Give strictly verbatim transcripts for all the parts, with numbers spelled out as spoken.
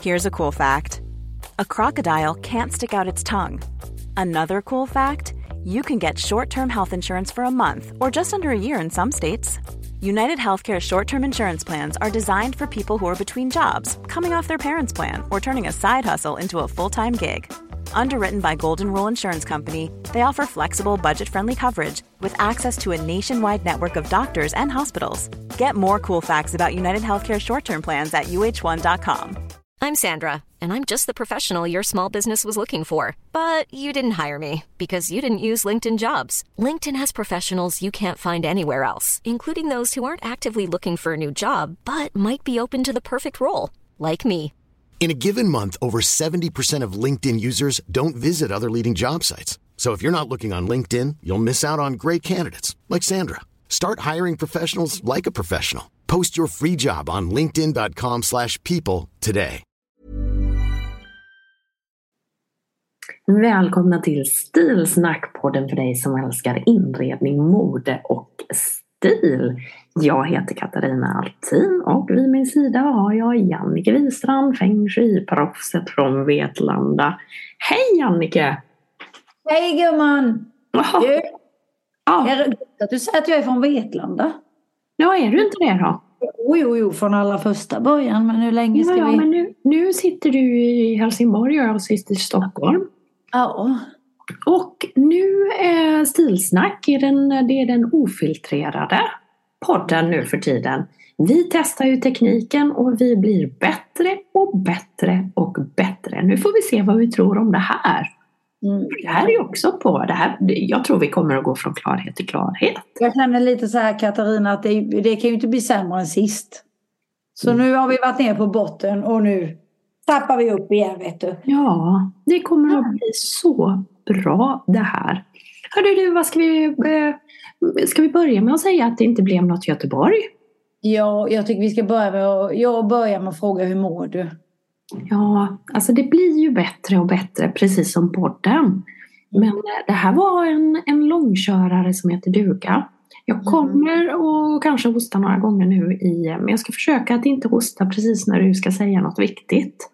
Here's a cool fact. A crocodile can't stick out its tongue. Another cool fact, you can get short-term health insurance for a month or just under a year in some states. United Healthcare short-term insurance plans are designed for people who are between jobs, coming off their parents' plan, or turning a side hustle into a full-time gig. Underwritten by Golden Rule Insurance Company, they offer flexible, budget-friendly coverage with access to a nationwide network of doctors and hospitals. Get more cool facts about United Healthcare short-term plans at U H one dot com. I'm Sandra, and I'm just the professional your small business was looking for. But you didn't hire me because you didn't use LinkedIn Jobs. LinkedIn has professionals you can't find anywhere else, including those who aren't actively looking for a new job, but might be open to the perfect role, like me. In a given month, over seventy percent of LinkedIn users don't visit other leading job sites. So if you're not looking on LinkedIn, you'll miss out on great candidates like Sandra. Start hiring professionals like a professional. Post your free job on linkedin dot com slash people today. Välkomna till Stilsnack-podden för dig som älskar inredning, mode och stil. Jag heter Katarina Altin och vid min sida har jag Jannike Wistrand, feng shui-proffset från Vetlanda. Hej Jannike! Hej gumman! Du, ja. Är det att du säger att jag är från Vetlanda? Ja, är du inte det då? Jo, jo, jo, från allra första början, men hur länge ska ja, vi... Ja, men nu, nu sitter du i Helsingborg och jag sitter i Stockholm. Ja. Och nu är Stilsnack är den, det är den ofiltrerade podden nu för tiden. Vi testar ju tekniken och vi blir bättre och bättre och bättre. Nu får vi se vad vi tror om det här. Mm. Det här är ju också på det här. Jag tror vi kommer att gå från klarhet till klarhet. Jag känner lite så här, Katarina, att det, det kan ju inte bli sämre än sist. Så mm. nu har vi varit ner på botten och nu tappar vi upp igen, vet du. Ja, det kommer att bli så bra det här. Hörde du, vad ska vi, eh, ska vi börja med att säga att det inte blev något Göteborg? Ja, jag tycker vi ska börja med att, jag börjar med att fråga hur mår du? Ja, alltså det blir ju bättre och bättre, precis som podden. Men det här var en, en långkörare som heter duga. Jag kommer att kanske hosta några gånger nu i, men jag ska försöka att inte hosta precis när du ska säga något viktigt.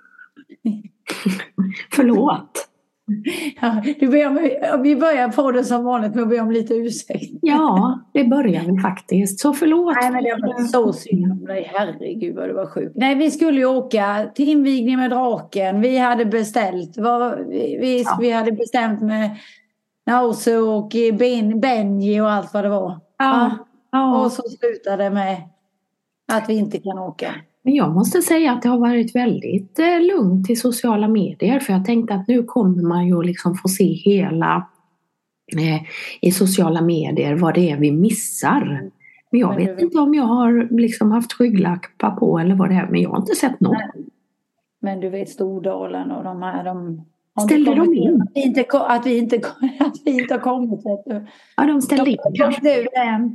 Förlåt. Ja, du ber om, vi börjar på det som vanligt med att be om lite ursäkt. Ja, det börjar vi faktiskt. Så förlåt. Nej, men det var så synd om dig. Herregud vad det var sjukt. Nej, vi skulle ju åka till invigning med draken. Vi hade beställt. Vad, vi, ja. vi hade bestämt med Nause och ben, Benji och allt vad det var. Ja. Ja. Ja. Och så slutade det med att vi inte kan åka. Men jag måste säga att det har varit väldigt eh, lugnt i sociala medier. För jag tänkte att nu kommer man ju liksom få se hela eh, i sociala medier vad det är vi missar. Men jag men vet du... inte om jag har liksom haft skygglappar på eller vad det är. Men jag har inte sett något. Men, men du vet Stordalen och de här. De, ställde de in? Att vi inte, att vi inte, att vi inte har kommit. Vet du. Ja, de ställde in kanske. Du, den.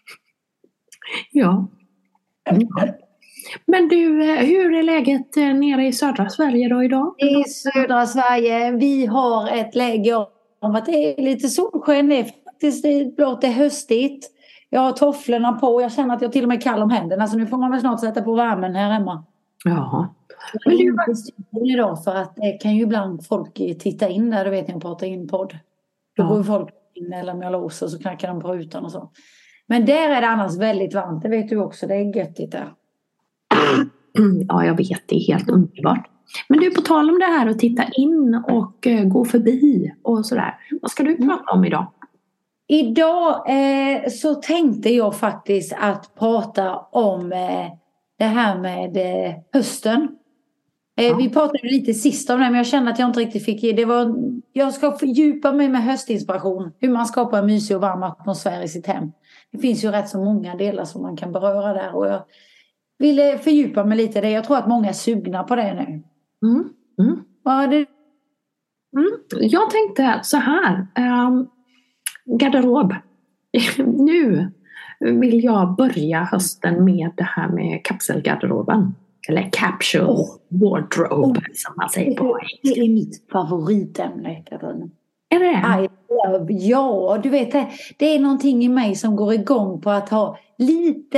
Ja. Mm. Men du, hur är läget nere i södra Sverige då idag? I södra Sverige, vi har ett läge om att det är lite solsken. Det är faktiskt blått, det är höstigt. Jag har tofflorna på, jag känner att jag till och med är kall om händerna. Så nu får man väl snart sätta på värmen här hemma. Ja. Men du var idag för att det kan ju ibland folk titta in där, du vet jag pratar in podd. Då ja. går folk in eller om jag låser så knackar de på rutan och så. Men där är det annars väldigt varmt, det vet du också, det är göttigt där. Ja, jag vet, det är helt underbart. Men du, på tal om det här att titta in och uh, gå förbi och sådär. Vad ska du prata om idag? Idag eh, så tänkte jag faktiskt att prata om eh, det här med eh, hösten. Eh, ja. Vi pratade lite sist om det, men jag kände att jag inte riktigt fick ge. Det var, jag ska fördjupa mig med höstinspiration. Hur man skapar en mysig och varm atmosfär i sitt hem. Det finns ju rätt så många delar som man kan beröra där. Och jag ville fördjupa mig lite i det. Jag tror att många är sugna på det nu. Mm. Mm. Vad är det? Mm. Jag tänkte så här. Um, garderob. Nu vill jag börja hösten med det här med kapselgarderoben. Eller capsule oh. wardrobe oh. som man säger på engelska. Det är mitt favoritämne, Katarina. Är det? I love, ja, du vet det. Det är någonting i mig som går igång på att ha lite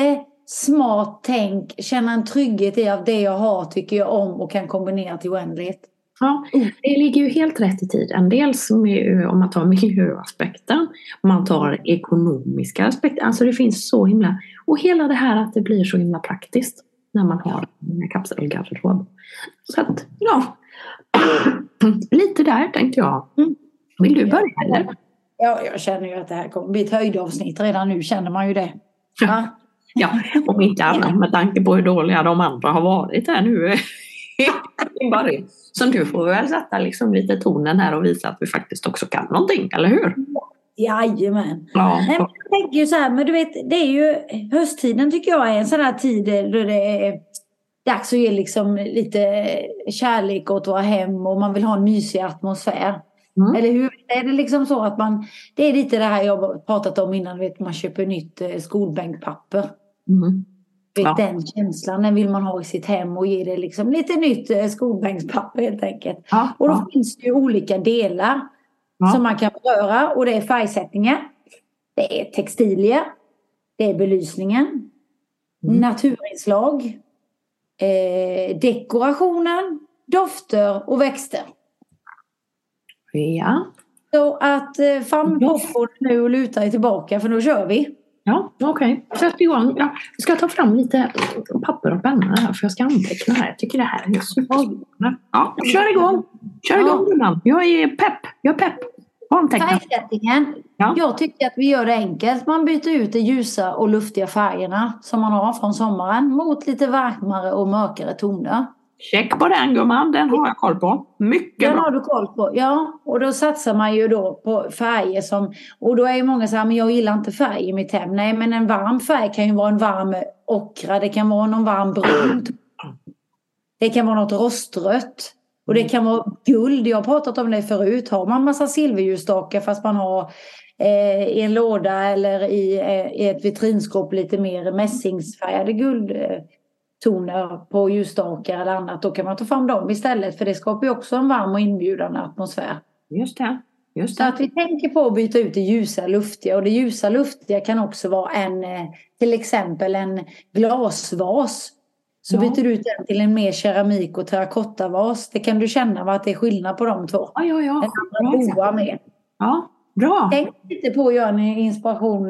smart tänk, känna en trygghet i att det jag har tycker jag om och kan kombinera till oändlighet. Ja, det ligger ju helt rätt i tiden. Dels med, om man tar miljöaspekten, man tar ekonomiska aspekter. Alltså det finns så himla... Och hela det här att det blir så himla praktiskt när man har en kapselgarderob. Så att, ja. Lite där tänkte jag. Vill du börja eller? Ja, jag känner ju att det här kommer bli ett höjdavsnitt. Redan nu känner man ju det. Ja, ja, om inte annat med tanke på hur dåliga de andra har varit här nu. Så nu får vi väl sätta liksom lite tonen här och visa att vi faktiskt också kan någonting, eller hur? Jajamän. Ja. Nej, jag tänker ju så här, men du vet, det är ju hösttiden tycker jag är en sån här tid då det är dags att ge liksom lite kärlek åt våra hem och man vill ha en mysig atmosfär. Mm. Eller hur? Är det liksom så att man, det är lite det här jag har pratat om innan, vet, man köper nytt skolbänkpapper. Mm. Ja. Den känslan, den vill man ha i sitt hem och ge det liksom lite nytt skolbänkspapper helt enkelt. Ja, och då ja. finns det ju olika delar ja. som man kan beröra, och det är färgsättningar, det är textilier, det är belysningen, mm. naturinslag, eh, dekorationen, dofter och växter. Ja. Så att eh, fram popcorn nu och luta dig tillbaka, för nu kör vi. Ja, okej. Okay. Sätt igång. Ja, jag ska ta fram lite papper och penna här för jag ska anteckna här. Jag tycker det här är superspännande. Ja, kör igång. Kör igång, gumman. Jag är pepp. Jag är pepp. Färgsättningen. Ja. Jag tycker att vi gör det enkelt. Man byter ut de ljusa och luftiga färgerna som man har från sommaren mot lite varmare och mörkare toner. Check på den, gumman, den har jag koll på. Mycket den bra. Den har du koll på, ja. Och då satsar man ju då på färger som... Och då är ju många så här, men jag gillar inte färg i mitt hem. Nej, men en varm färg kan ju vara en varm ockra. Det kan vara någon varm brun. Det kan vara något rostrött. Och det kan vara guld. Jag har pratat om det förut. Har man massa silverljusstakar fast man har eh, i en låda eller i, eh, i ett vitrinskåp lite mer mässingsfärgade guld... Eh, toner på ljusstakar eller annat, då kan man ta fram dem istället, för det skapar ju också en varm och inbjudande atmosfär. Just det. Just det. Så att vi tänker på att byta ut det ljusa luftiga, och det ljusa luftiga kan också vara en, till exempel en glasvas. Så ja. byter du ut den till en mer keramik och terrakottavas. Det kan du känna vad att det är skillnad på de två. Ja, ja, ja. Den andra boa med. Ja, bra. Tänk lite på att göra en inspiration.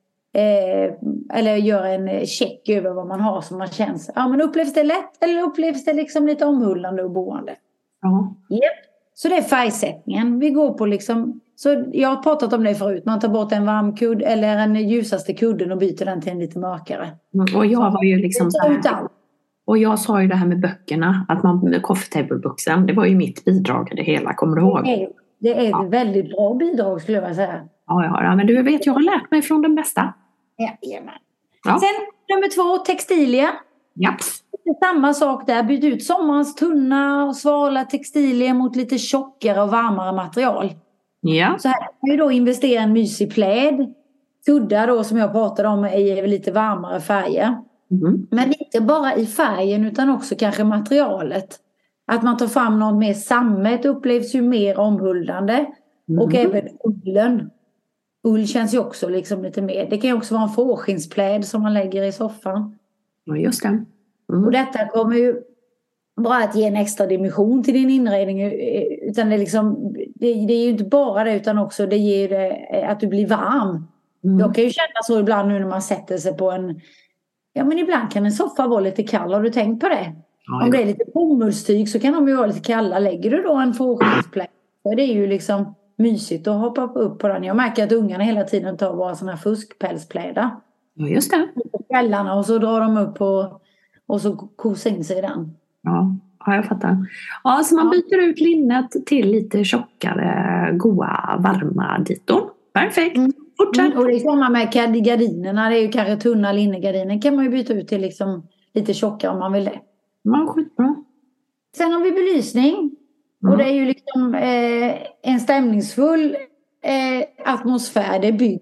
Eh, eller göra en check över vad man har som man känns. Ja, men upplevs det lätt eller upplevs det liksom lite omhullande och boende? Ja. Yep. Så det är färgsättningen. Vi går på liksom, så jag har pratat om det förut. Man tar bort en varm kudd eller en ljusaste kudden och byter den till en lite mörkare. Och jag var ju liksom så här, och jag sa ju det här med böckerna, att man, coffee table booksen, det var ju mitt bidrag i det hela, kommer du ihåg? Det är, det är ja. ett väldigt bra bidrag skulle jag vilja säga. Ja, ja, ja, men du vet, jag har lärt mig från den bästa. Ja, ja. Sen nummer två, textilier. Japs. Samma sak där, byt ut sommarens tunna och svala textilier mot lite tjockare och varmare material. Ja. Så här kan vi då investera i en mysig pläd. Kuddar då som jag pratade om är lite varmare färger. Mm. Men inte bara i färgen utan också kanske materialet. Att man tar fram något mer sammet upplevs ju mer omhuldande. Mm. Och även ullen. Ull känns ju också liksom lite mer. Det kan ju också vara en fårskinnspläd som man lägger i soffan. Ja, just det. Mm. Och detta kommer ju bara att ge en extra dimension till din inredning. Utan det, är liksom, det, det är ju inte bara det utan också det ger det, att du blir varm. Mm. Jag kan ju känna så ibland nu när man sätter sig på en... Ja, men ibland kan en soffa vara lite kall. Har du tänkt på det? Ja, om det är lite bomullstyg så kan de ju vara lite kalla. Lägger du då en fårskinnspläd så är det ju liksom... mysigt att hoppa upp på den. Jag märker att ungarna hela tiden tar bara såna här fuskpälsplädar. Ja, just det. På kvällarna och så drar de upp på och så kosar in sig i den. Ja, ja, jag fattar. Ja, så man byter ut linnet till lite tjockare, goa, varma diton. Perfekt. Mm. Fortsätt. Mm. Och det är samma med gardinerna. Det är ju kanske tunna linnegardiner. Kan man ju byta ut till liksom lite tjockare om man vill det. Ja, skitbra. Sen har vi belysning. Mm. Och det är ju liksom eh, en stämningsfull eh, atmosfär. Det bygger.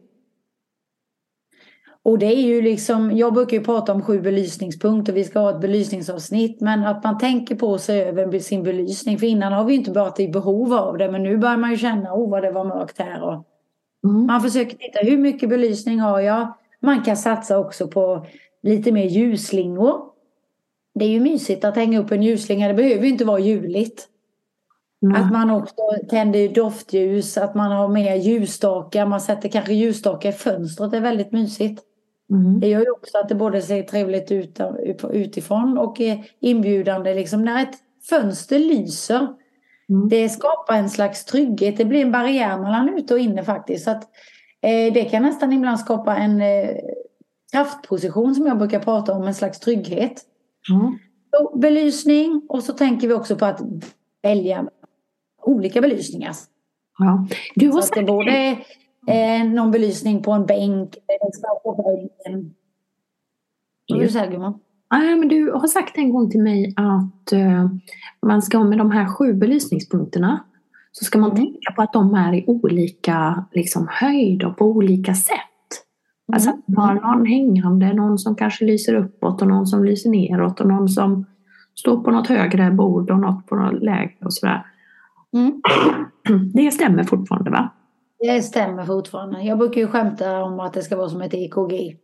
Och det är ju liksom, jag brukar ju prata om sju belysningspunkter. Vi ska ha ett belysningsavsnitt. Men att man tänker på sig över sin belysning. För innan har vi inte bara i behov av det. Men nu börjar man ju känna, oh vad det var mörkt här. Och mm. Man försöker titta, hur mycket belysning har jag? Man kan satsa också på lite mer ljusslingor. Det är ju mysigt att hänga upp en ljusslinga. Det behöver ju inte vara juligt. Mm. Att man också tänder doftljus. Att man har mer ljusstakar. Man sätter kanske ljusstakar i fönstret. Det är väldigt mysigt. Mm. Det gör ju också att det både ser trevligt ut utifrån och är inbjudande. Liksom när ett fönster lyser. Mm. Det skapar en slags trygghet. Det blir en barriär mellan ute och inne faktiskt. Så att, eh, det kan nästan ibland skapa en eh, kraftposition som jag brukar prata om. En slags trygghet. Mm. Så belysning. Och så tänker vi också på att välja olika belysningar. Ja. Du har så att det både eh, någon belysning på en bänk. Eller på väggen. Vad vill du säga, gumman? Nej, men du har sagt en gång till mig att uh, man ska med de här sju belysningspunkterna så ska man mm. tänka på att de är i olika liksom, höjd och på olika sätt. Mm. Alltså att man har någon hängande, någon som kanske lyser uppåt och någon som lyser neråt och någon som står på något högre bord och något på något lägre och sådär. Mm. Det stämmer fortfarande, va? Det stämmer fortfarande. Jag brukar ju skämta om att det ska vara som ett E K G.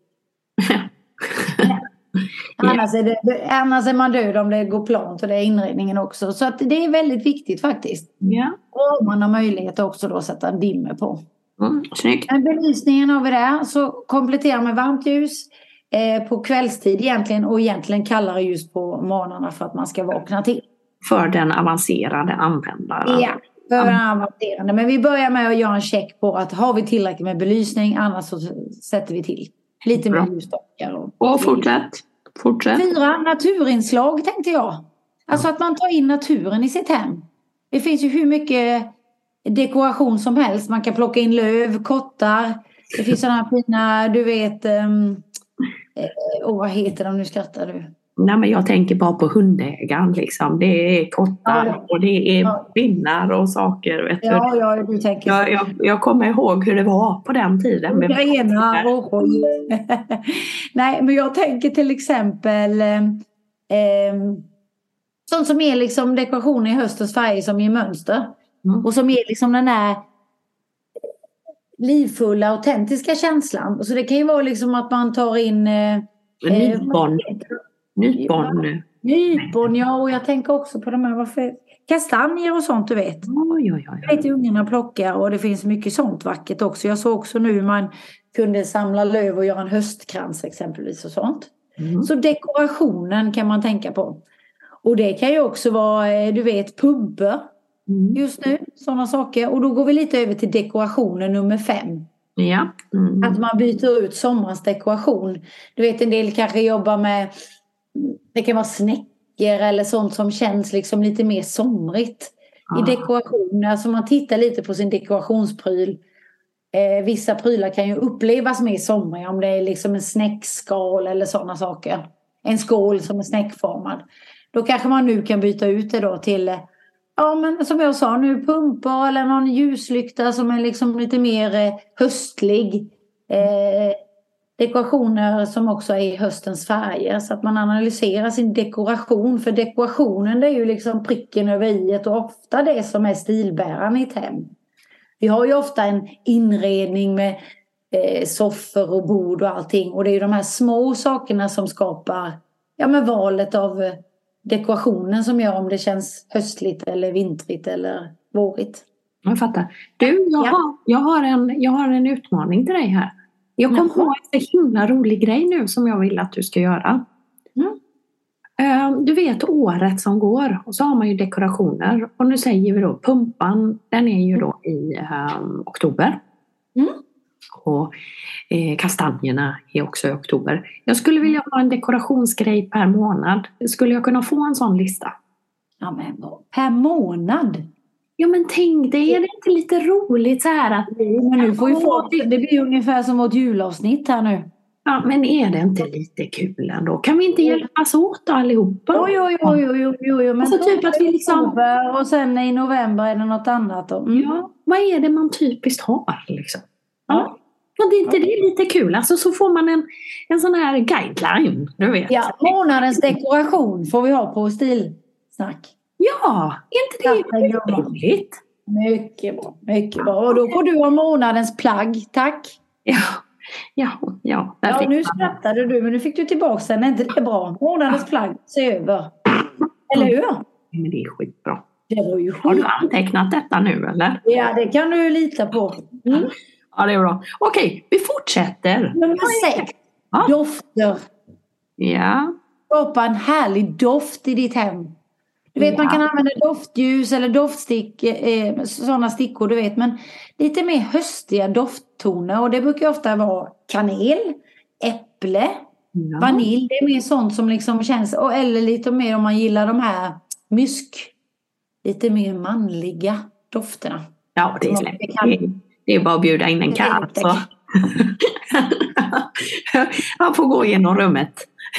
Annars är, det, annars är man död om det går plant och det är inredningen också. Så att det är väldigt viktigt faktiskt. Ja. Och man har möjlighet också då att sätta en dimmer på. Mm, snyggt. Men belysningen har vi där. Så kompletterar med varmt ljus eh, på kvällstid egentligen. Och egentligen kallare ljus på morgnarna för att man ska vakna till. För den avancerade användaren. Ja, för den avancerade. Men vi börjar med att göra en check på att har vi tillräckligt med belysning. Annars så sätter vi till lite mer ljusstakar. Och, och fortsätt. Fortsätt. Fyra, naturinslag tänkte jag. Alltså att man tar in naturen i sitt hem. Det finns ju hur mycket dekoration som helst. Man kan plocka in löv, kottar. Det finns sådana fina, du vet, um, oh, vad heter de, nu skrattar du? Nej, men jag tänker bara på hundägaren liksom. Det är kottar ja. och det är ja. pinnar och saker. Vet ja, du? ja, du tänker jag, jag, jag kommer ihåg hur det var på den tiden. Med grenar och Nej, men jag tänker till exempel eh, sånt som är liksom dekoration i höstens färger som ger mönster. Mm. Och som är liksom den här livfulla, autentiska känslan. Så det kan ju vara liksom att man tar in eh, nypon. Nypon. Ja, nypon, ja. Och jag tänker också på de här varför, kastanjer och sånt, du vet. Oj, oj, oj. Jag vet ungarna plockar och det finns mycket sånt vackert också. Jag såg också nu hur man kunde samla löv och göra en höstkrans exempelvis och sånt. Mm. Så dekorationen kan man tänka på. Och det kan ju också vara, du vet, pubber mm. just nu. Sådana saker. Och då går vi lite över till dekorationen nummer fem. Ja. Mm. Att man byter ut sommarens dekoration. Du vet, en del kanske jobbar med, det kan vara snäckor eller sånt som känns liksom lite mer somrigt ah. i dekorationer. Så man tittar lite på sin dekorationspryl. Eh, vissa prylar kan ju upplevas mer somriga om det är liksom en snäckskal eller sådana saker. En skål som är snäckformad. Då kanske man nu kan byta ut det då till, ja men som jag sa nu, pumpar eller någon ljuslykta som är liksom lite mer eh, höstlig. Eh, dekorationer som också är i höstens färger, så att man analyserar sin dekoration. För dekorationen, det är ju liksom pricken över iet och ofta det som är stilbärande i ett hem. Vi har ju ofta en inredning med eh, soffor och bord och allting. Och det är ju de här små sakerna som skapar ja, men valet av eh, dekorationen som gör om det känns höstligt eller vintrigt eller vårigt. Jag fattar. Du, jag, ja. har, jag, har en, jag har en utmaning till dig här. Jag kom på en himla rolig grej nu som jag vill att du ska göra. Mm. Du vet året som går och så har man ju dekorationer. Och nu säger vi då pumpan, den är ju då i um, oktober. Mm. Och eh, kastanjerna är också i oktober. Jag skulle vilja ha en dekorationsgrej per månad. Skulle jag kunna få en sån lista? Ja, men per månad? Ja, men tänk dig, är det inte lite roligt så här att... Men nu får vi få, det blir ungefär som vårt julavsnitt här nu. Ja, men är det inte lite kul ändå? Kan vi inte hjälpas åt då allihopa? Jo, jo, jo, jo, jo, jo, jo. Men alltså typ att vi liksom... Och sen i november är det något annat då. Mm. Ja, vad är det man typiskt har liksom? Ja. Och det är inte det är lite kul. Alltså så får man en, en sån här guideline, du vet. Ja, månadens dekoration får vi ha på Stilsnack. Ja, är inte det roligt? Mycket bra, mycket bra. Och då får du ha månadens plagg, tack. Ja, Ja, ja. Ja, nu skrattade du, men nu fick du tillbaka den. Är inte det bra? Månadens plagg, se över. Eller hur? Men det är skitbra. Det var ju skit. Har du antecknat detta nu eller? Ja, det kan du lita på. Mm. Ja, det är bra. Okej, vi fortsätter. Nummer sex. Ja. Dofter. Ja. Skapa en härlig doft i ditt hem. Du vet, Ja. man kan använda doftljus eller doftstick, eh, sådana stickor, du vet. Men lite mer höstiga dofttoner. Och det brukar ofta vara kanel, äpple, Ja. vanilj. Det är mer sånt som liksom känns. Och, eller lite mer om man gillar de här mysk. Lite mer manliga dofterna. Ja, det är, Som lätt. det kan- Det är, det är bara att bjuda in en Det är katt. lätt. Så. Han får gå igenom rummet.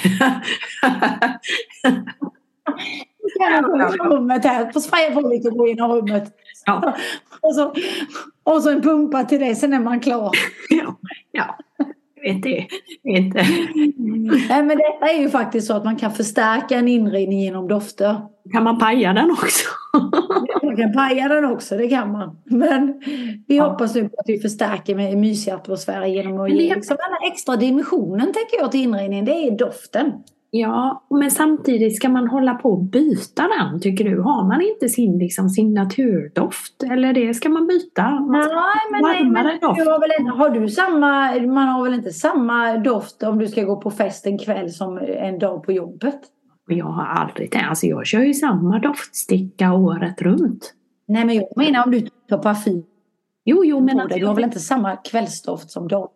Jag går igenom rummet här. Får spraya på lite och gå igenom rummet. Ja. Och så, och så en pumpa till det, sen är man klar. Ja, ja. Jag vet det. Jag vet det. Nej, men detta är ju faktiskt så att man kan förstärka en inredning genom dofter. Kan man paja den också? Man kan paja den också, det kan man. Men vi Ja. hoppas nu på att vi förstärker med en mysig atmosfär genom att Men det- ge liksom den här extra dimensionen, tänker jag, till inredningen. Det är doften. Ja, men samtidigt ska man hålla på och byta den, tycker du? Har man inte sin, liksom, sin naturdoft? Eller det ska man byta? Man ska Nej, men, nej, men varmare doft. du har, väl inte, har du samma, man har väl inte samma doft om du ska gå på fest en kväll som en dag på jobbet? Och jag har aldrig det. Alltså jag kör ju samma doftsticka året runt. Nej, men jag menar om du tar parfym Jo, jo, men... på dig, du har väl inte samma kvällsdoft som dag?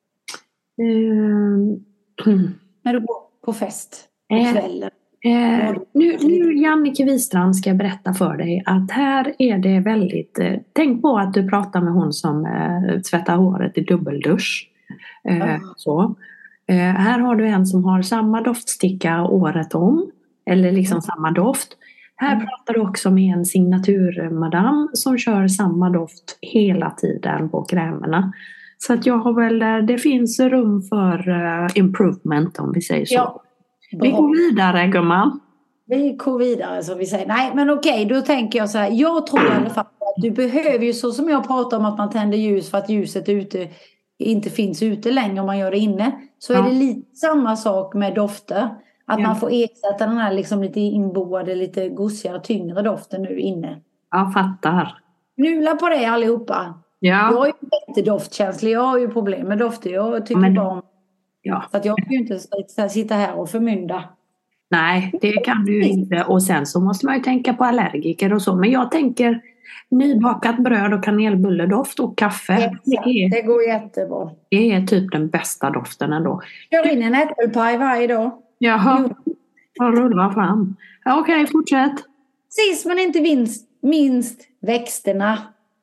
Ehm, När du går på fest på Eh, kvällen. Eh, nu, nu Jannike Wistrand ska jag berätta för dig att här är det väldigt, eh, tänk på att du pratar med hon som eh, tvättar håret i dubbeldusch. Eh, Ah. så. Eh, här har du en som har samma doftsticka året om, eller liksom samma doft. Här Mm. pratar du också med en signaturmadam som kör samma doft hela tiden på krämerna. Så att jag har väl, eh, det finns rum för eh, improvement om vi säger så. Ja. Vi går vidare gumman. Vi går vidare som vi säger. Nej, men okej, då tänker jag så här. Jag tror i alla fall att du behöver ju, så som jag pratar om att man tänder ljus för att ljuset ute inte finns ute längre om man gör det inne. Så Ja. är det lite samma sak med dofter. Att Ja. man får ersätta den här liksom lite inboade, lite gossigare, tyngre doften nu inne. Jag fattar. Nula på det allihopa. Ja. Jag är ju jättedoftkänslig. Jag har ju problem med dofter. Jag tycker Men- bara om... Ja. Så att jag kan ju inte sitta här och förmynda. Nej, det kan du ju inte. Och sen så måste man ju tänka på allergiker och så. Men jag tänker nybakat bröd och kanelbulledoft och kaffe. Det är, Det går jättebra. det är typ den bästa doften ändå. Kör in en äppelpaj varje dag. Jaha, jag rullar fram. Ja, okej, fortsätt. Sist men inte minst, minst växterna.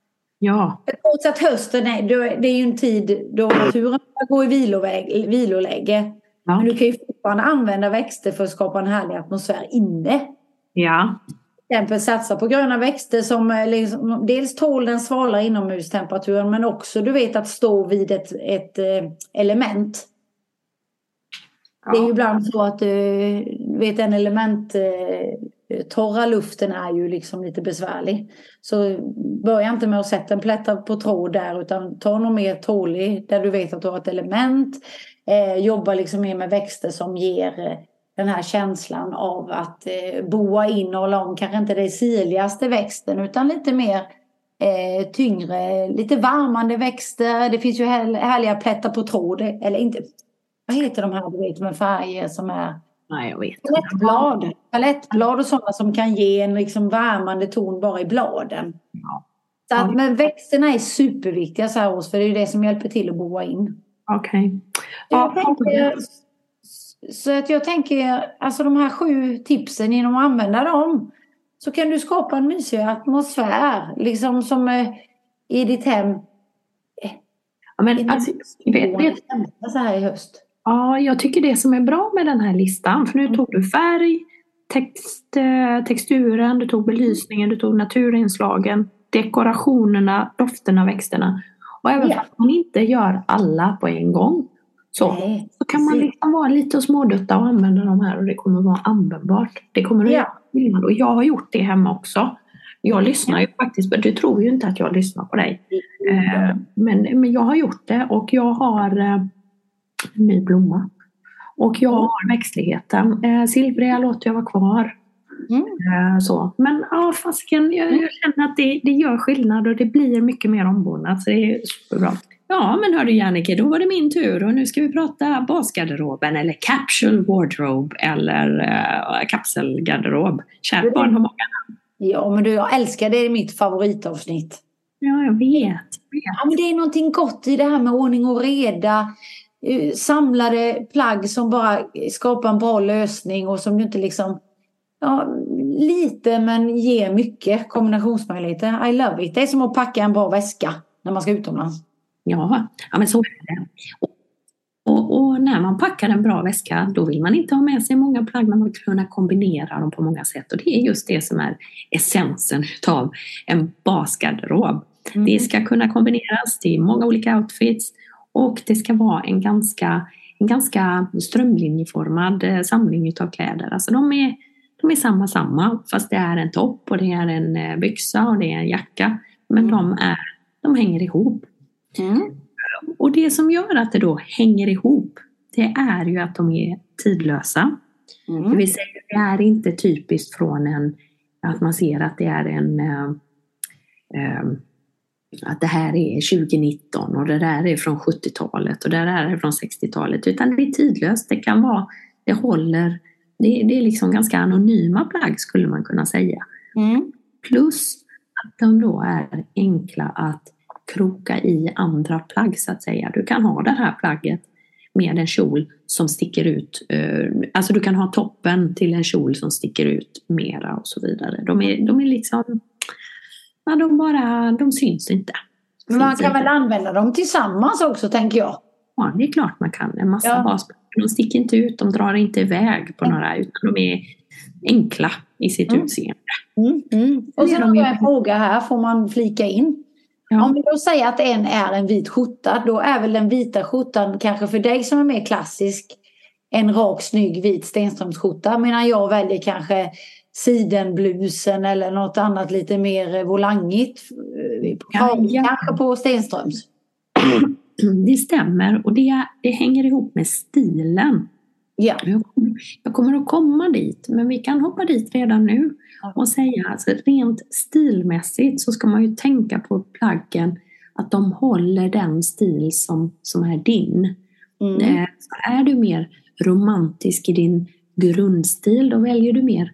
Ja, Trots att hösten är, då- det är ju en tid då naturen går i viloväg, viloläge. ja, Men du kan ju fortfarande använda växter för att skapa en härlig atmosfär inne. ja, Till exempel satsa på gröna växter som eh, liksom, dels tål den svala inomhustemperaturen, men också du vet att stå vid ett, ett eh, element. Det är ju ibland så att du vet en element eh, torra luften är ju liksom lite besvärlig. Så börja inte med att sätta en plätta på tråd där, utan ta något mer tålig där du vet att du har ett element. Eh, jobba liksom mer med växter som ger eh, den här känslan av att eh, boa in och hålla om. Kanske inte det sirligaste växten utan lite mer eh, tyngre, lite varmande växter. Det finns ju här, härliga plättar på tråd. Eller inte, vad heter de här du vet med färger som är nej jag vet. palettblad. Palettblad och sådana som kan ge en liksom värmande ton bara i bladen. Ja. Så att, men växterna är superviktiga så här års, för det är ju det som hjälper till att boa in. Okej. Jag Ja, tänker, så att jag tänker, alltså de här sju tipsen, genom att använda dem så kan du skapa en mysig atmosfär liksom som eh, i ditt hem. ja, men alltså, vet, vet, Så här i höst. ja, jag tycker det som är bra med den här listan, för nu tog du färg, text, eh, texturen, du tog belysningen, du tog naturinslagen, dekorationerna, dofterna, växterna. Och även Ja. om man inte gör alla på en gång så, Nej, så kan man precis. liksom vara lite smådutta och använda de här och det kommer vara användbart. Det kommer att Ja. göra skillnad och jag har gjort det hemma också. Jag lyssnar ju faktiskt, du tror ju inte att jag lyssnar på dig. Eh, men, men jag har gjort det och jag har eh, en ny blomma. Och jag har växtligheten. Eh, silvriga låter jag vara kvar. Mm. Eh, så. Men ja, fasken, jag, jag känner att det, det gör skillnad och det blir mycket mer ombonat. Så det är superbra. Ja, men hördu Jannike, då var det min tur och nu ska vi prata basgarderoben eller capsule wardrobe eller uh, kapselgarderob. Kärt barn har många namn. Ja, men du, jag älskar det, är mitt favoritavsnitt. Ja, jag vet. vet. Ja, men det är någonting gott i det här med ordning och reda. Samlade plagg som bara skapar en bra lösning och som ju inte liksom, ja, lite men ger mycket kombinationsmöjligheter. I love it. Det är som att packa en bra väska när man ska utomlands. Ja, ja men så är det. Och, och, och när man packar en bra väska då vill man inte ha med sig många plagg, man vill kunna kombinera dem på många sätt och det är just det som är essensen av en basgarderob. Mm. Det ska kunna kombineras till många olika outfits och det ska vara en ganska, en ganska strömlinjeformad samling av kläder. Alltså de är, de är samma samma fast det är en topp och det är en byxa och det är en jacka men mm. de, är, de hänger ihop. Mm. Och det som gör att det då hänger ihop det är ju att de är tidlösa. Mm. Det vill säga det är inte typiskt från en att man ser att det är en äh, äh, att det här är tjugonitton och det där är från sjuttiotalet och det där är från sextiotalet utan det är tidlöst. Det kan vara, det håller, det, det är liksom ganska anonyma plagg skulle man kunna säga. Mm. Plus att de då är enkla att kroka i andra plagg så att säga. Du kan ha det här plagget med en kjol som sticker ut. Alltså du kan ha toppen till en kjol som sticker ut mera och så vidare. De är, de är liksom, ja, de bara, de syns inte. Men man kan väl använda dem tillsammans också tänker jag. Ja, det är klart man kan. En massa ja. basplagg. De sticker inte ut, de drar inte iväg på mm. några utan de är enkla i sitt mm. utseende. Mm. Mm. Och sen har jag en fråga här, får man flika in? Ja. Om vi då säger att en är en vit skjorta, då är väl den vita skjortan kanske för dig som är mer klassisk en rak, snygg, vit Stenströmsskjorta. Medan jag väljer kanske sidenblusen eller något annat lite mer volangigt. Ja, ja. Kanske på Stenströms. Det stämmer och det, det hänger ihop med stilen. Ja. Jag, kommer, jag kommer att komma dit, men vi kan hoppa dit redan nu och säga alltså rent stilmässigt så ska man ju tänka på plaggen att de håller den stil som, som är din. Mm. Så är du mer romantisk i din grundstil då väljer du mer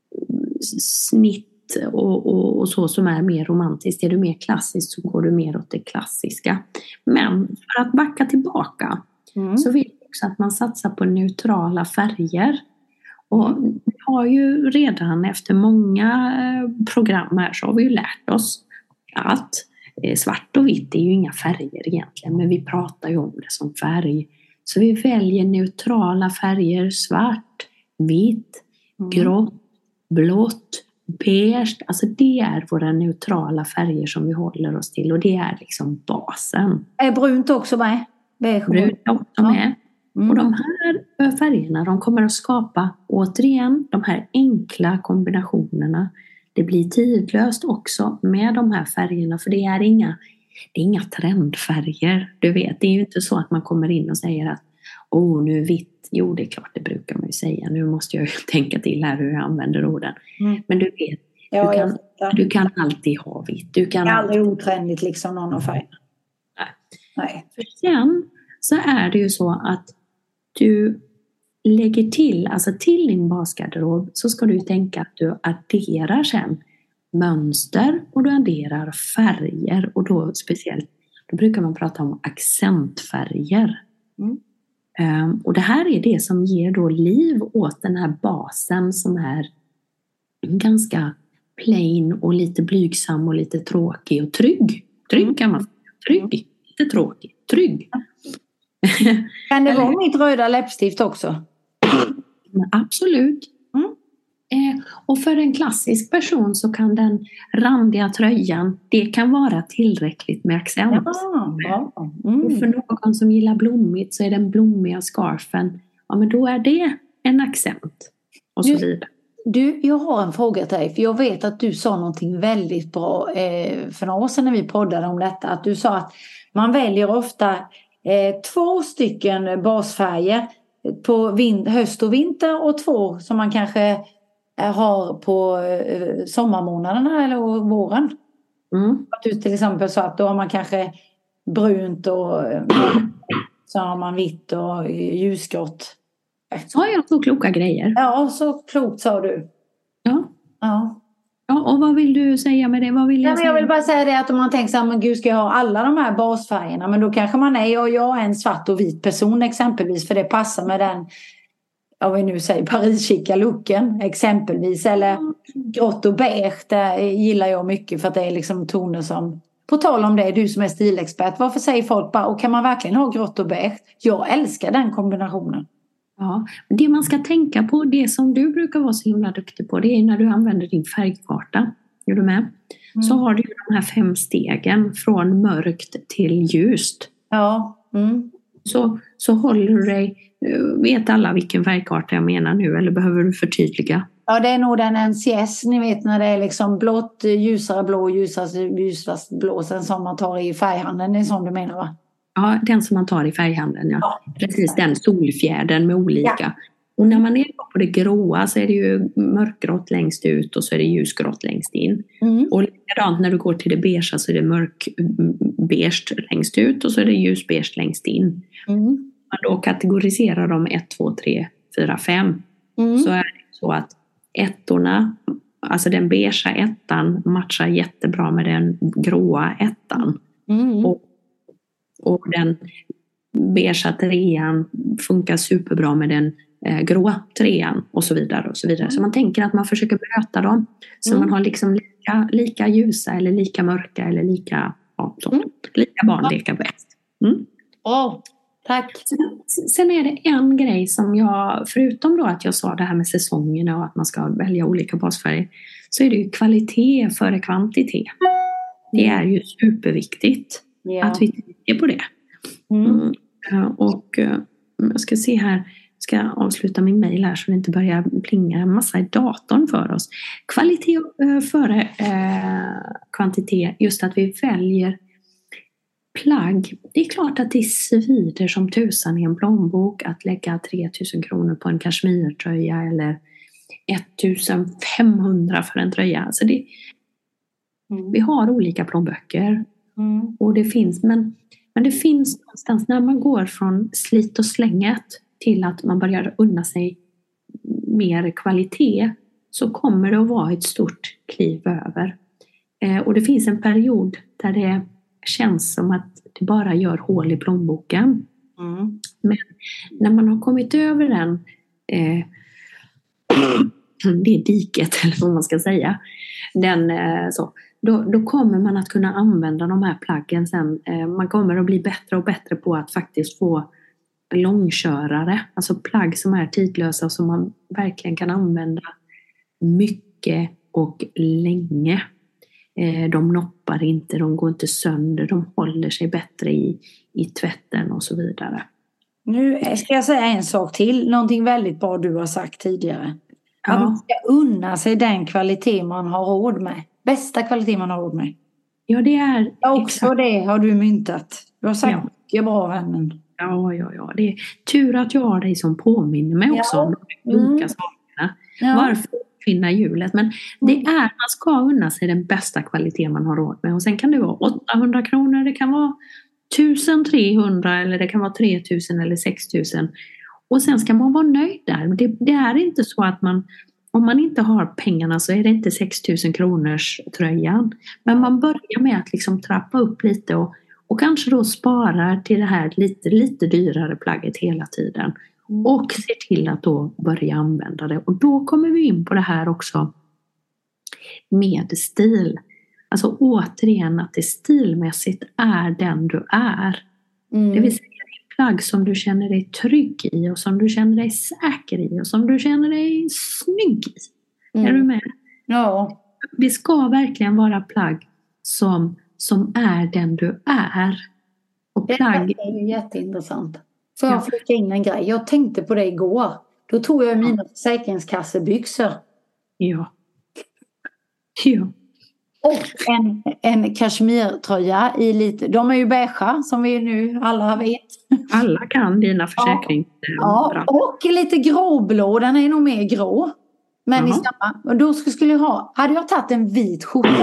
snitt och, och, och så som är mer romantiskt. Är du mer klassisk så går du mer åt det klassiska. Men för att backa tillbaka mm. så vill jag också att man satsar på neutrala färger. Och vi har ju redan efter många program här så har vi ju lärt oss att svart och vitt är ju inga färger egentligen. Men vi pratar ju om det som färg. Så vi väljer neutrala färger, svart, vitt, mm. grått, blått, beige. Alltså det är våra neutrala färger som vi håller oss till. Och det är liksom basen. Är brunt också med? Beige. Brunt också med. Mm. Och de här färgerna de kommer att skapa återigen de här enkla kombinationerna. Det blir tidlöst också med de här färgerna för det är inga, det är inga trendfärger. Du vet, det är ju inte så att man kommer in och säger att åh oh, nu är vitt. Jo det är klart det brukar man ju säga. Nu måste jag ju tänka till här hur jag använder orden. Mm. Men du vet, ja, du, kan, du kan alltid ha vitt. Du kan det är aldrig alltid... otrendigt liksom någon av färgerna. Nej. Nej. För sen så är det ju så att du lägger till, alltså till din basgarderob så ska du tänka att du adderar sen mönster och du adderar färger och då speciellt, då brukar man prata om accentfärger. Mm. Um, och det här är det som ger då liv åt den här basen som är ganska plain och lite blygsam och lite tråkig och trygg. Trygg kan man säga. Trygg, inte tråkig. Trygg. Kan det vara mitt röda läppstift också? Absolut. Mm. Eh, och för en klassisk person så kan den randiga tröjan, det kan vara tillräckligt med accent. Ja, ja. Mm. Och för någon som gillar blommigt så är den blommiga scarfen, ja men då är det en accent. Och så vidare. Du, jag har en fråga till dig. För jag vet att du sa någonting väldigt bra eh, för några år sedan när vi poddade om detta. Att du sa att man väljer ofta eh, två stycken basfärger på vin- höst och vinter. Och två som man kanske eh, har på eh, sommarmånaderna eller våren. Mm. Att du till exempel sa att då har man kanske brunt och eh, så har man vitt och ljusgrått. Ja, jag så kloka grejer. Ja, så klokt sa du. Ja. Ja. Ja, och vad vill du säga med det? Vad vill jag, ja, men jag vill bara säga det att om man tänker så här, men gud ska jag ha alla de här basfärgerna, men då kanske man är, jag, jag är en svart och vit person exempelvis, för det passar med den, om vi nu säger Paris-chica-looken exempelvis, eller mm. grått och beige, det gillar jag mycket för att det är liksom toner som, på tal om det, du som är stilexpert, varför säger folk bara, och kan man verkligen ha grått och beige? Jag älskar den kombinationen. Ja, det man ska tänka på, det som du brukar vara så himla duktig på, det är när du använder din färgkarta. Är du med? Mm. Så har du de här fem stegen från mörkt till ljust. Ja. Mm. Så, så håller du dig, vet alla vilken färgkarta jag menar nu, eller behöver du förtydliga? Ja, det är nog den N C S, ni vet när det är liksom blått, ljusare blå, ljusare, ljusast blå, sen som man tar i färghandeln, det är som du menar va? Ja, den som man tar i färghandeln, ja. ja. Precis, den solfjädern med olika. Ja. Och när man är på det gråa så är det ju mörkgrått längst ut och så är det ljusgrått längst in. Mm. Och likadant när du går till det beige så är det mörkbeige längst ut och så är det ljusbeige längst in. Mm. Man då kategoriserar dem ett, två, tre, fyra, fem. Mm. Så är det så att ettorna, alltså den beigea ettan matchar jättebra med den gråa ettan. Mm. Och Och den beigea trean funkar superbra med den eh, gråa trean och så vidare och så vidare. Mm. Så man tänker att man försöker möta dem. Så mm. man har liksom lika, lika ljusa eller lika mörka eller lika, ja, så, mm. lika barn leka bäst. Mm. Oh, tack. Sen, sen är det en grej som jag, förutom då att jag sa det här med säsongerna och att man ska välja olika basfärger, så är det ju kvalitet före kvantitet. Det är ju superviktigt. Ja. Att vi tänker på det. Mm. Mm. Och jag ska se här, ska jag avsluta min mejl här så det inte börjar plinga en massa i datorn för oss. Kvalitet före eh, kvantitet, just att vi väljer plagg. Det är klart att det svider som tusan i en plånbok att lägga tre tusen kronor på en kashmirtröja eller ettusenfemhundra för en tröja. Alltså det, mm. vi har olika plånböcker. Mm. Och det finns, men, men det finns någonstans när man går från slit och slänget till att man börjar unna sig mer kvalitet, så kommer det att vara ett stort kliv över. Eh, och det finns en period där det känns som att det bara gör hål i plånboken. Mm. Men när man har kommit över den eh, det diket eller vad man ska säga, den eh, så Då, då kommer man att kunna använda de här plaggen sen. Eh, man kommer att bli bättre och bättre på att faktiskt få långkörare. Alltså plagg som är tidlösa och som man verkligen kan använda mycket och länge. Eh, de noppar inte, de går inte sönder, de håller sig bättre i, i tvätten och så vidare. Nu ska jag säga en sak till. Någonting väldigt bra du har sagt tidigare. Ja. Att man ska unna sig den kvalitet man har råd med. Bästa kvalitet man har råd med. Ja, det är... Ja, också exakt. Det har du myntat. Du har sagt mycket ja. bra, vännen. Ja, ja, ja. Det är tur att jag har dig som påminner mig också ja. om de olika mm. sakerna. Ja. Varför finna hjulet? Men det är, man ska unna sig den bästa kvalitet man har råd med. Och sen kan det vara åttahundra kronor, det kan vara tusentrehundra eller det kan vara tre tusen eller sex tusen. Och sen ska man vara nöjd där. Det, det är inte så att man... Om man inte har pengarna så är det inte sex tusen kronors tröjan. Men man börjar med att liksom trappa upp lite och, och kanske då sparar till det här lite, lite dyrare plagget hela tiden. Mm. Och ser till att då börja använda det. Och då kommer vi in på det här också med stil. Alltså återigen att det stilmässigt är den du är. Mm. Det vill säga plagg som du känner dig trygg i och som du känner dig säker i och som du känner dig snygg i. Mm. Är du med? Ja. Det ska verkligen vara plagg som, som är den du är. Och plagg... Det är ju jätteintressant. Får jag ja. flika in en grej? Jag tänkte på det igår. Då tog jag mina försäkringskassebyxor Ja. Ja. Och en, en kashmirtröja i lite, de är ju beige som vi nu alla vet. Alla kan dina försäkrings... Ja, ja, och lite gråblå, den är nog mer grå. Men i samma, och då skulle jag ha, hade jag tagit en vit skjorta,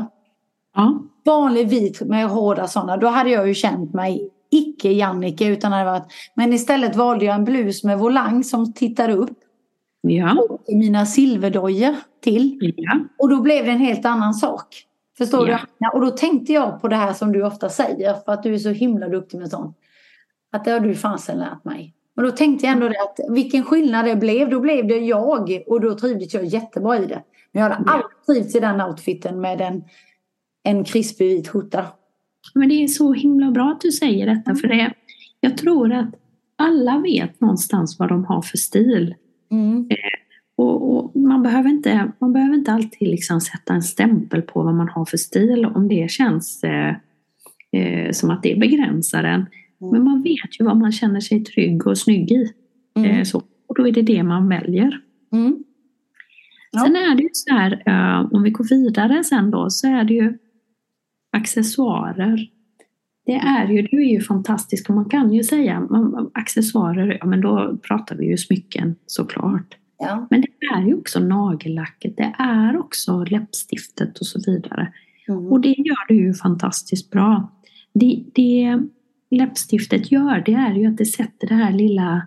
ja. vanlig vit med hårda sådana, då hade jag ju känt mig icke Jannike utan hade varit, men istället valde jag en blus med volang som tittar upp. Ja. Och mina silverdojor till. Ja. Och då blev det en helt annan sak. Förstår ja. du? Ja, och då tänkte jag på det här som du ofta säger, för att du är så himla duktig med sånt. Att det har du fansen lärt mig. Och då tänkte jag ändå det att vilken skillnad det blev. Då blev det jag och då trivdes jag jättebra i det. Men jag hade ja. aldrig trivts i den outfiten med en, en krispig vit skjorta. Men det är så himla bra att du säger detta. Mm. För det, jag tror att alla vet någonstans vad de har för stil. Mm. Eh, och, och man, behöver inte, man behöver inte alltid liksom sätta en stämpel på vad man har för stil. Om det känns eh, eh, som att det begränsar en. Men man vet ju vad man känner sig trygg och snygg i. Mm. Eh, så, och då är det det man väljer. Mm. Ja. Sen är det ju så här, uh, om vi går vidare sen då, så är det ju accessoarer. Det är ju, du är ju fantastisk och man kan ju säga man, accessoarer, ja men då pratar vi ju smycken såklart. Ja. Men det är ju också nagellacket, det är också läppstiftet och så vidare. Mm. Och det gör du ju fantastiskt bra. Det, det läppstiftet gör, det är ju att det sätter det här lilla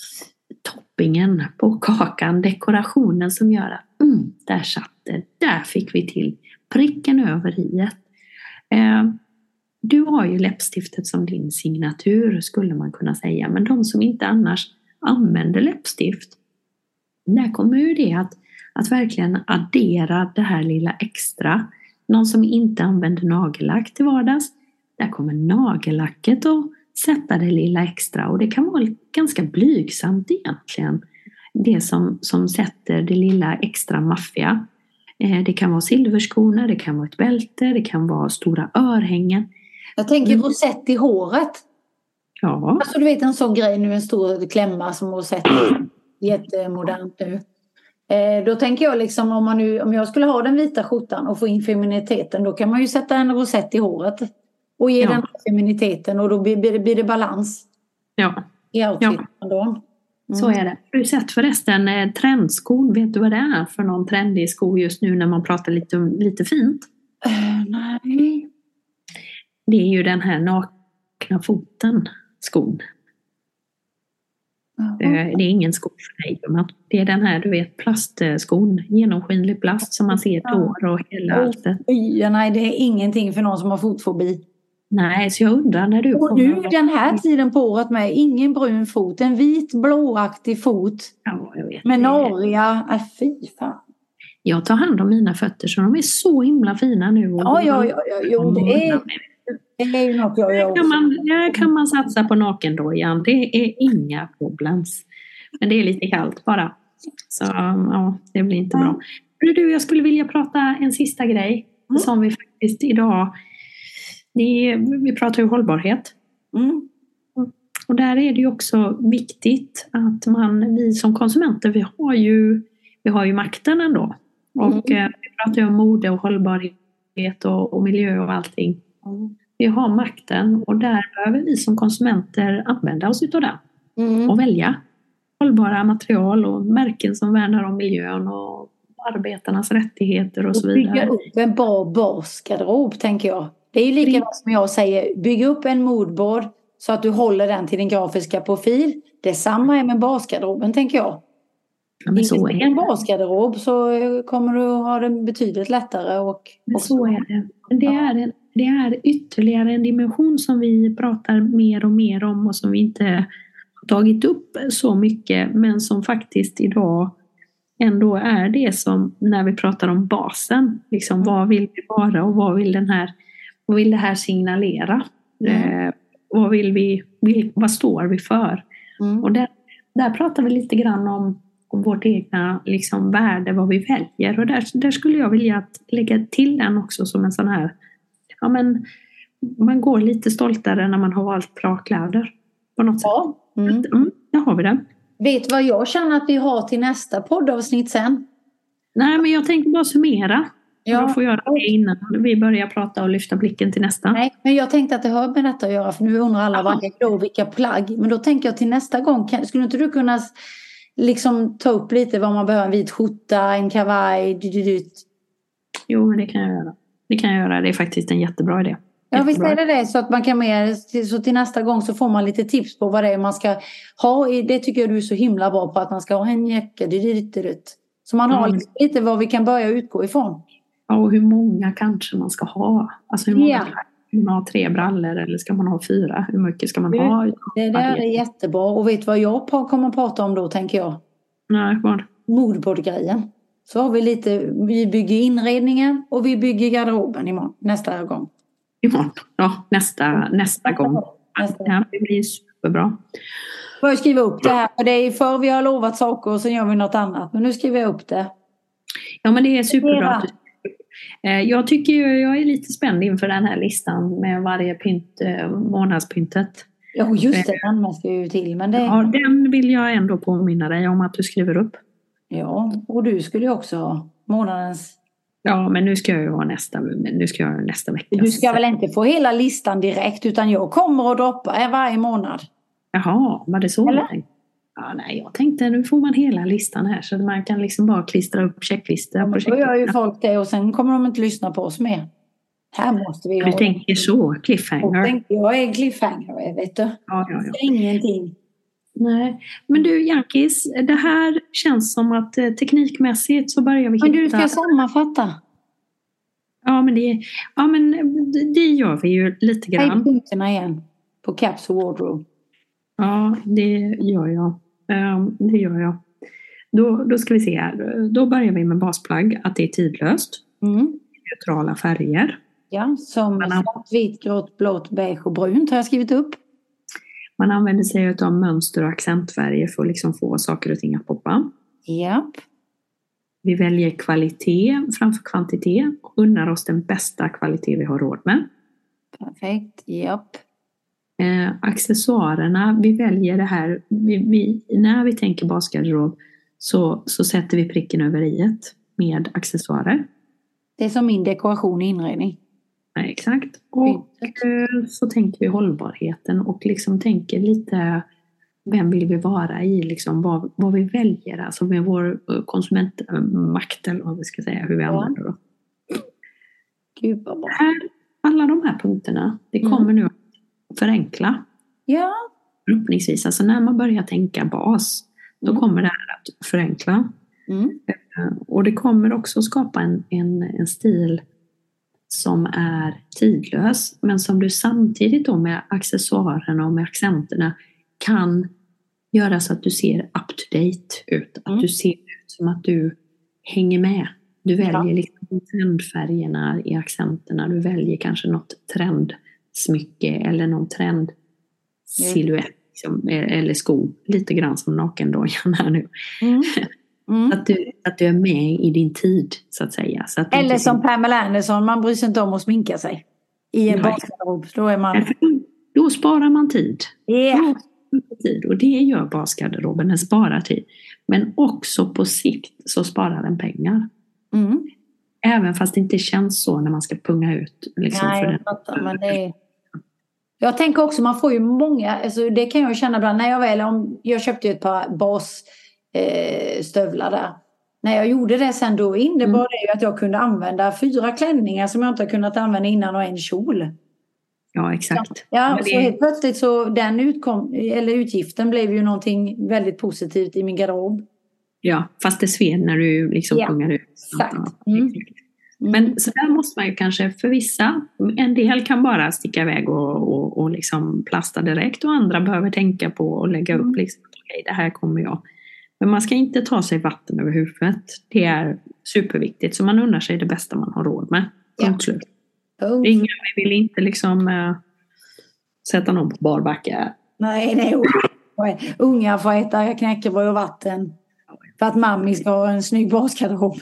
toppingen på kakan, dekorationen som gör att mm, där satt det, där fick vi till pricken över i ett. Eh, du har ju läppstiftet som din signatur skulle man kunna säga, men de som inte annars använder läppstift, där kommer ju det att, att verkligen addera det här lilla extra. Någon som inte använder nagellack till vardags, där kommer nagellacket att sätta det lilla extra. Och det kan vara ganska blygsamt egentligen. Det som, som sätter det lilla extra maffiga. Eh, det kan vara silverskorna, det kan vara ett bälte, det kan vara stora örhängen. Jag tänker rosett i håret. Ja. Alltså du vet en sån grej nu, en stor klämma som rosett. Jättemodernt nu. Eh, då tänker jag liksom om, man nu, om jag skulle ha den vita skjortan och få in feminiteten, då kan man ju sätta en rosett i håret. Och ge ja. den feminiteten och då blir det, blir det balans. Ja. I outfiten ja. då. Mm. Så är det. Har du sett förresten eh, trendskon? Vet du vad det är för någon trendig sko just nu när man pratar lite, lite fint? Uh, nej. Det är ju den här nakna foten skon. Uh-huh. Det är ingen sko för dig. Det är den här, du vet, plastskon. Genomskinlig plast som man ser tår och hela oh, allt det. Ja, nej, det är ingenting för någon som har fotfobi. Nej, så jag undrar när du och kommer... Och nu den här tiden på året med ingen brun fot. En vit blåaktig fot. Ja, jag vet. Med nariga. Äh, fy fan. Jag tar hand om mina fötter så de är så himla fina nu. Och ja, ja, ja, ja. Jo, det är... Det är ju något jag gör också. Kan man, ja, kan man satsa på nakendojan. Det är inga problems. Men det är lite kallt bara. Så ja, det blir inte bra. Mm. Du, jag skulle vilja prata en sista grej. Mm. Som vi faktiskt idag... Det, vi pratar ju hållbarhet. Mm. Och där är det ju också viktigt att man, vi som konsumenter, vi har ju, vi har ju makten ändå. Och mm. eh, vi pratar ju om mode och hållbarhet och, och miljö och allting. Mm. Vi har makten och där behöver vi som konsumenter använda oss utav det. Mm. Och välja hållbara material och märken som värnar om miljön och arbetarnas rättigheter och så vidare. Bygga upp en bra basgarderob, tänker jag. Det är ju likadant som jag säger, bygga upp en moodboard så att du håller den till din grafiska profil. Detsamma är med basgarderoben, tänker jag. Ja, men så är det. En basgarderob så kommer du ha det betydligt lättare. Och, men så är det. Det är, en, det är ytterligare en dimension som vi pratar mer och mer om och som vi inte har tagit upp så mycket, men som faktiskt idag ändå är det som när vi pratar om basen. Liksom, vad vill vi vara och vad vill den här Vad vill det här signalera? Mm. Eh, vad, vill vi, vill, vad står vi för? Mm. Och där, där pratar vi lite grann om, om vårt egna liksom, värde, vad vi väljer. Och där, där skulle jag vilja att lägga till den också som en sån här... Ja, men, man går lite stoltare när man har valt bra kläder. På något ja. sätt. Mm. Mm, där har vi det. Vet vad jag känner att vi har till nästa poddavsnitt sen? Nej, men jag tänkte bara summera. Ja. Jag får göra det innan vi börjar prata och lyfta blicken till nästa. Nej, men jag tänkte att det har med detta att göra. För nu undrar alla varje då vilka plagg. Men då tänker jag till nästa gång. Kan, skulle inte du kunna liksom ta upp lite vad man behöver? En vit skjorta, en kavaj. Dydydyt. Jo, men det kan jag göra. Det kan jag göra. Det är faktiskt en jättebra idé. Ja, visst är det det. Så att man kan med, så till nästa gång så får man lite tips på vad det är man ska ha. Det tycker jag du är så himla bra på. Att man ska ha en jacka. Dydydyt. Så man har Mm. lite vad vi kan börja utgå ifrån. Ja, och hur många kanske man ska ha. Alltså hur många Ja. plagg? Ska man ha tre brallor eller ska man ha fyra? Hur mycket ska man ha? Det där är jättebra. Och vet vad jag kommer att prata om då, tänker jag? Nej, vad? Moodboard-grejen. Så har vi lite, vi bygger inredningen och vi bygger garderoben imorgon, nästa gång. Imorgon. Ja, nästa, nästa gång. Nästa. Ja, det blir superbra. Får jag skriva upp det här? För det är för vi har lovat saker och sen gör vi något annat. Men nu skriver jag upp det. Ja, men det är superbra. Att du... Jag tycker ju, jag är lite spänd inför den här listan med varje pynt, månadspyntet. Ja, just det. Den ska ju till. Men det... Ja, den vill jag ändå påminna dig om att du skriver upp. Ja, och du skulle ju också ha månadens... Ja, men nu ska jag ju ha nästa, nu ska jag ha nästa vecka. Du ska väl inte få hela listan direkt utan jag kommer att droppa varje månad. Jaha, var det så? Eller? Ja, nej, jag tänkte nu får man hela listan här så att man kan liksom bara klistra upp checklistor. Ja, men då gör ju folk det och sen kommer de inte lyssna på oss mer. Här måste vi du ha... Du tänker så, cliffhanger. Jag, jag är cliffhanger, vet du. Ja, ja, ja. Ingenting. Nej, men du Jankis, det här känns som att eh, teknikmässigt så börjar vi hitta... Men du ska sammanfatta. Ja, men det, ja, men det, det gör vi ju lite grann. Säg punkterna igen på Caps och Wardrobe. Ja, det gör jag. Um, det gör jag. Då, då ska vi se här. Då börjar vi med basplagg, att det är tidlöst. Mm. Neutrala färger. Ja, som Man svart, vit, grått, blått, beige och brunt har jag skrivit upp. Man använder sig av mönster och accentfärger för att liksom få saker och ting att poppa. Ja. Vi väljer kvalitet framför kvantitet och unnar oss den bästa kvalitet vi har råd med. Perfekt, japp. Eh, accessoarerna, vi väljer det här, vi, vi, när vi tänker basgarderob så, så sätter vi pricken över i med accessoarer. Det är som min dekoration och inredning. Nej, exakt. Och eh, så tänker vi hållbarheten och liksom tänker lite vem vill vi vara i, liksom vad, vad vi väljer, alltså med vår konsumentmakt eller vad vi ska säga, hur vi Ja. använder det. Gud vad bra. Här, alla de här punkterna, det kommer Mm. nu att förenkla. Ja. Förhoppningsvis, alltså när man börjar tänka bas, då Mm. kommer det här att förenkla. Mm. Och det kommer också skapa en, en, en stil som är tidlös, men som du samtidigt då med accessoarerna och med accenterna kan göra så att du ser up to date ut. Att Mm. du ser ut som att du hänger med. Du väljer Ja. liksom trendfärgerna i accenterna. Du väljer kanske något trendsmycke eller någon trendsilhuett. Liksom, eller sko. Lite grann som nakendojan här nu. Mm. Mm. Att, du, att du är med i din tid så att säga. Så att du Eller inte som Pamela Anderson, man bryr sig inte om att sminka sig. I en Nej. basgarderob, då är man... Då sparar man tid. Yeah. tid. Och det gör basgarderoben, den sparar tid. Men också på sikt så sparar den pengar. Mm. Även fast det inte känns så när man ska punga ut. Liksom, Nej, för jag den. fattar, men det är... Jag tänker också, man får ju många, alltså det kan jag känna ibland när jag väl, om jag köpte ju ett par basstövlar eh, stövlar där. När jag gjorde det sen då innebar Mm. det ju att jag kunde använda fyra klänningar som jag inte har kunnat använda innan och en kjol. Ja, exakt. Ja, Men så det, helt plötsligt så den utkom, eller utgiften blev ju någonting väldigt positivt i min garderob. ja, fast det sved när du liksom Ja, pungar ut. exakt. Ja, Mm. exakt. Men så där måste man ju kanske för vissa, en del kan bara sticka iväg och, och, och liksom plasta direkt och andra behöver tänka på och lägga upp Mm. liksom, okej, det här kommer jag. Men man ska inte ta sig vatten över huvudet. Det är superviktigt. Så man undrar sig det bästa man har råd med. Ja. Punkt slut. Punkt. Ingen vill inte liksom äh, sätta någon på barbacka. Nej, nej. Unga får äta knäckebröd och vatten. För att mammi ska ha en snygg basgarderob.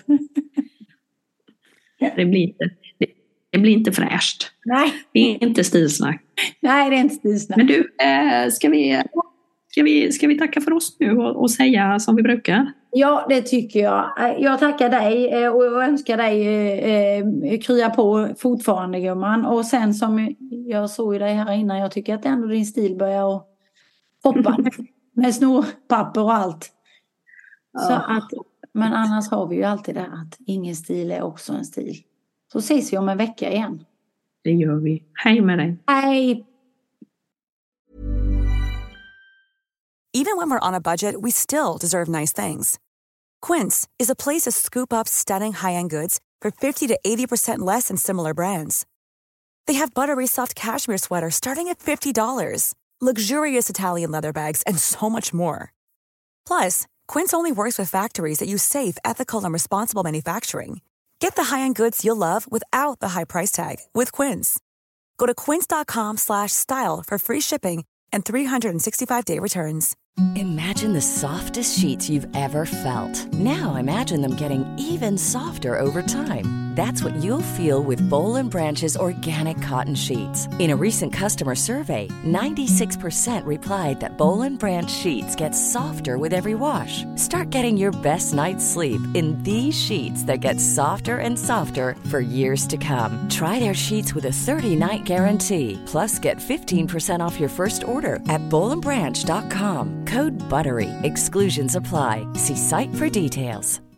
Det blir inte, det, det blir inte fräscht. Nej. Det är inte stilsnack. Nej, det är inte stilsnack. Men du, äh, ska vi... Ska vi, ska vi tacka för oss nu och, och säga som vi brukar? Ja, det tycker jag. Jag tackar dig och önskar dig eh, krya på fortfarande, gumman. Och sen som jag såg dig här innan, jag tycker att ändå din stil börjar att hoppa med snorpapper och allt. Ja. Så att, men annars har vi ju alltid det här att ingen stil är också en stil. Så ses vi om en vecka igen. Det gör vi. Hej med dig. Hej! Even when we're on a budget, we still deserve nice things. Quince is a place to scoop up stunning high-end goods for fifty to eighty percent less than similar brands. They have buttery soft cashmere sweaters starting at fifty dollars, luxurious Italian leather bags, and so much more. Plus, Quince only works with factories that use safe, ethical, and responsible manufacturing. Get the high-end goods you'll love without the high price tag with Quince. Go to quince.com slash style for free shipping and three sixty-five day returns. Imagine the softest sheets you've ever felt. Now imagine them getting even softer over time. That's what you'll feel with Boll and Branch's organic cotton sheets. In a recent customer survey, ninety-six percent replied that Boll and Branch sheets get softer with every wash. Start getting your best night's sleep in these sheets that get softer and softer for years to come. Try their sheets with a thirty night guarantee. Plus, get fifteen percent off your first order at boll and branch dot com. Code BUTTERY. Exclusions apply. See site for details.